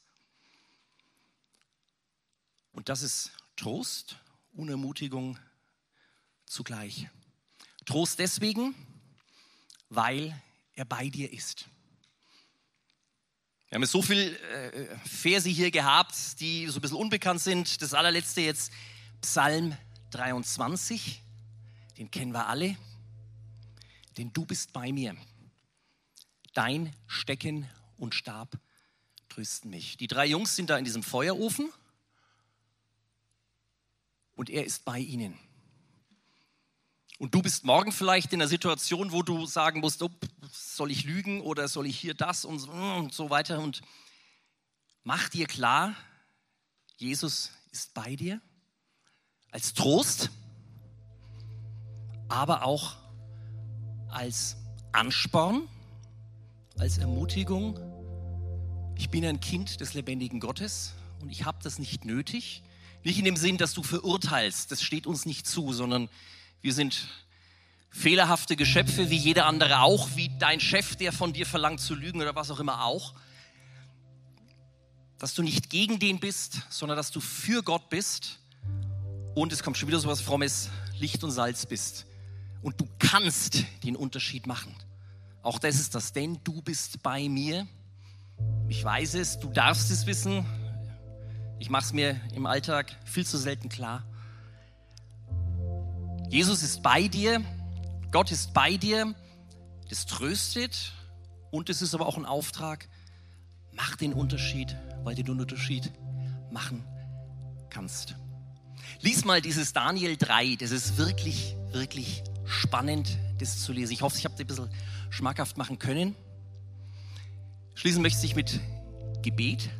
Und das ist Trost, Unermutigung zugleich. Trost deswegen, weil er bei dir ist. Wir haben jetzt so viele äh, Verse hier gehabt, die so ein bisschen unbekannt sind. Das allerletzte jetzt, Psalm dreiundzwanzig, den kennen wir alle. Denn du bist bei mir. Dein Stecken und Stab trösten mich. Die drei Jungs sind da in diesem Feuerofen und er ist bei ihnen. Und du bist morgen vielleicht in einer Situation, wo du sagen musst, oh, soll ich lügen oder soll ich hier das und so, und so weiter. Und mach dir klar, Jesus ist bei dir als Trost, aber auch als Ansporn, als Ermutigung. Ich bin ein Kind des lebendigen Gottes und ich habe das nicht nötig. Nicht in dem Sinn, dass du verurteilst, das steht uns nicht zu, sondern wir sind fehlerhafte Geschöpfe, wie jeder andere auch, wie dein Chef, der von dir verlangt zu lügen oder was auch immer auch. Dass du nicht gegen den bist, sondern dass du für Gott bist und es kommt schon wieder so was Frommes, Licht und Salz bist. Und du kannst den Unterschied machen. Auch das ist das, denn du bist bei mir. Ich weiß es, du darfst es wissen. Ich mache es mir im Alltag viel zu selten klar. Jesus ist bei dir, Gott ist bei dir, das tröstet und es ist aber auch ein Auftrag, Mach den Unterschied, weil du den Unterschied machen kannst. Lies mal dieses Daniel drei, das ist wirklich, wirklich spannend, das zu lesen. Ich hoffe, ich habe dir ein bisschen schmackhaft machen können. Schließen möchte ich mit Gebet.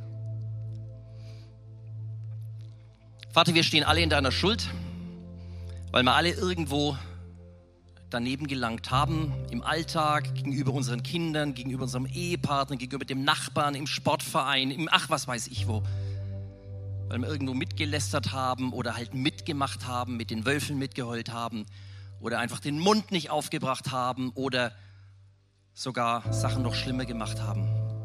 Vater, wir stehen alle in deiner Schuld, weil wir alle irgendwo daneben gelangt haben, im Alltag, gegenüber unseren Kindern, gegenüber unserem Ehepartner, gegenüber dem Nachbarn, im Sportverein, im ach, was weiß ich wo. Weil wir irgendwo mitgelästert haben oder halt mitgemacht haben, mit den Wölfen mitgeheult haben oder einfach den Mund nicht aufgebracht haben oder sogar Sachen noch schlimmer gemacht haben.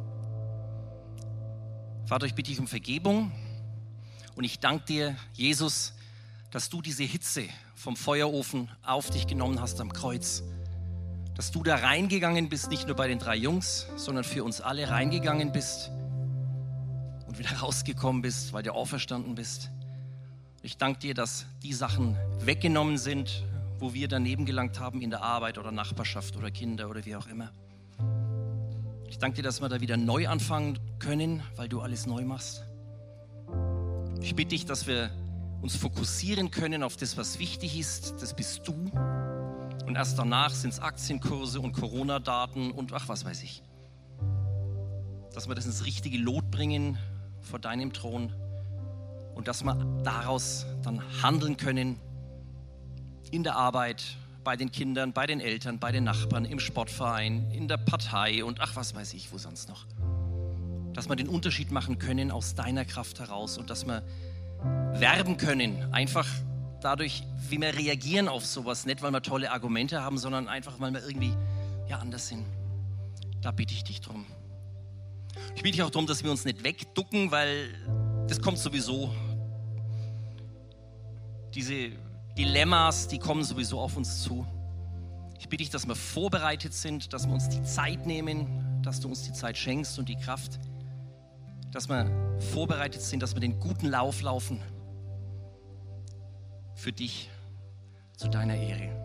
Vater, ich bitte dich um Vergebung und ich danke dir, Jesus, dass du diese Hitze vom Feuerofen auf dich genommen hast am Kreuz. Dass du da reingegangen bist, nicht nur bei den drei Jungs, sondern für uns alle reingegangen bist und wieder rausgekommen bist, weil du auferstanden bist. Ich danke dir, dass die Sachen weggenommen sind, wo wir daneben gelangt haben in der Arbeit oder Nachbarschaft oder Kinder oder wie auch immer. Ich danke dir, dass wir da wieder neu anfangen können, weil du alles neu machst. Ich bitte dich, dass wir uns fokussieren können auf das, was wichtig ist. Das bist du. Und erst danach sind es Aktienkurse und Corona-Daten und ach, was weiß ich. Dass wir das ins richtige Lot bringen vor deinem Thron und dass wir daraus dann handeln können in der Arbeit, bei den Kindern, bei den Eltern, bei den Nachbarn, im Sportverein, in der Partei und ach, was weiß ich, wo sonst noch. Dass wir den Unterschied machen können aus deiner Kraft heraus und dass wir werben können, einfach dadurch, wie wir reagieren auf sowas, nicht weil wir tolle Argumente haben, sondern einfach, weil wir irgendwie ja, anders sind. Da bitte ich dich drum. Ich bitte dich auch darum, dass wir uns nicht wegducken, weil das kommt sowieso. Diese Dilemmas, die kommen sowieso auf uns zu. Ich bitte dich, dass wir vorbereitet sind, dass wir uns die Zeit nehmen, dass du uns die Zeit schenkst und die Kraft, dass wir vorbereitet sind, dass wir den guten Lauf laufen für dich, zu deiner Ehre.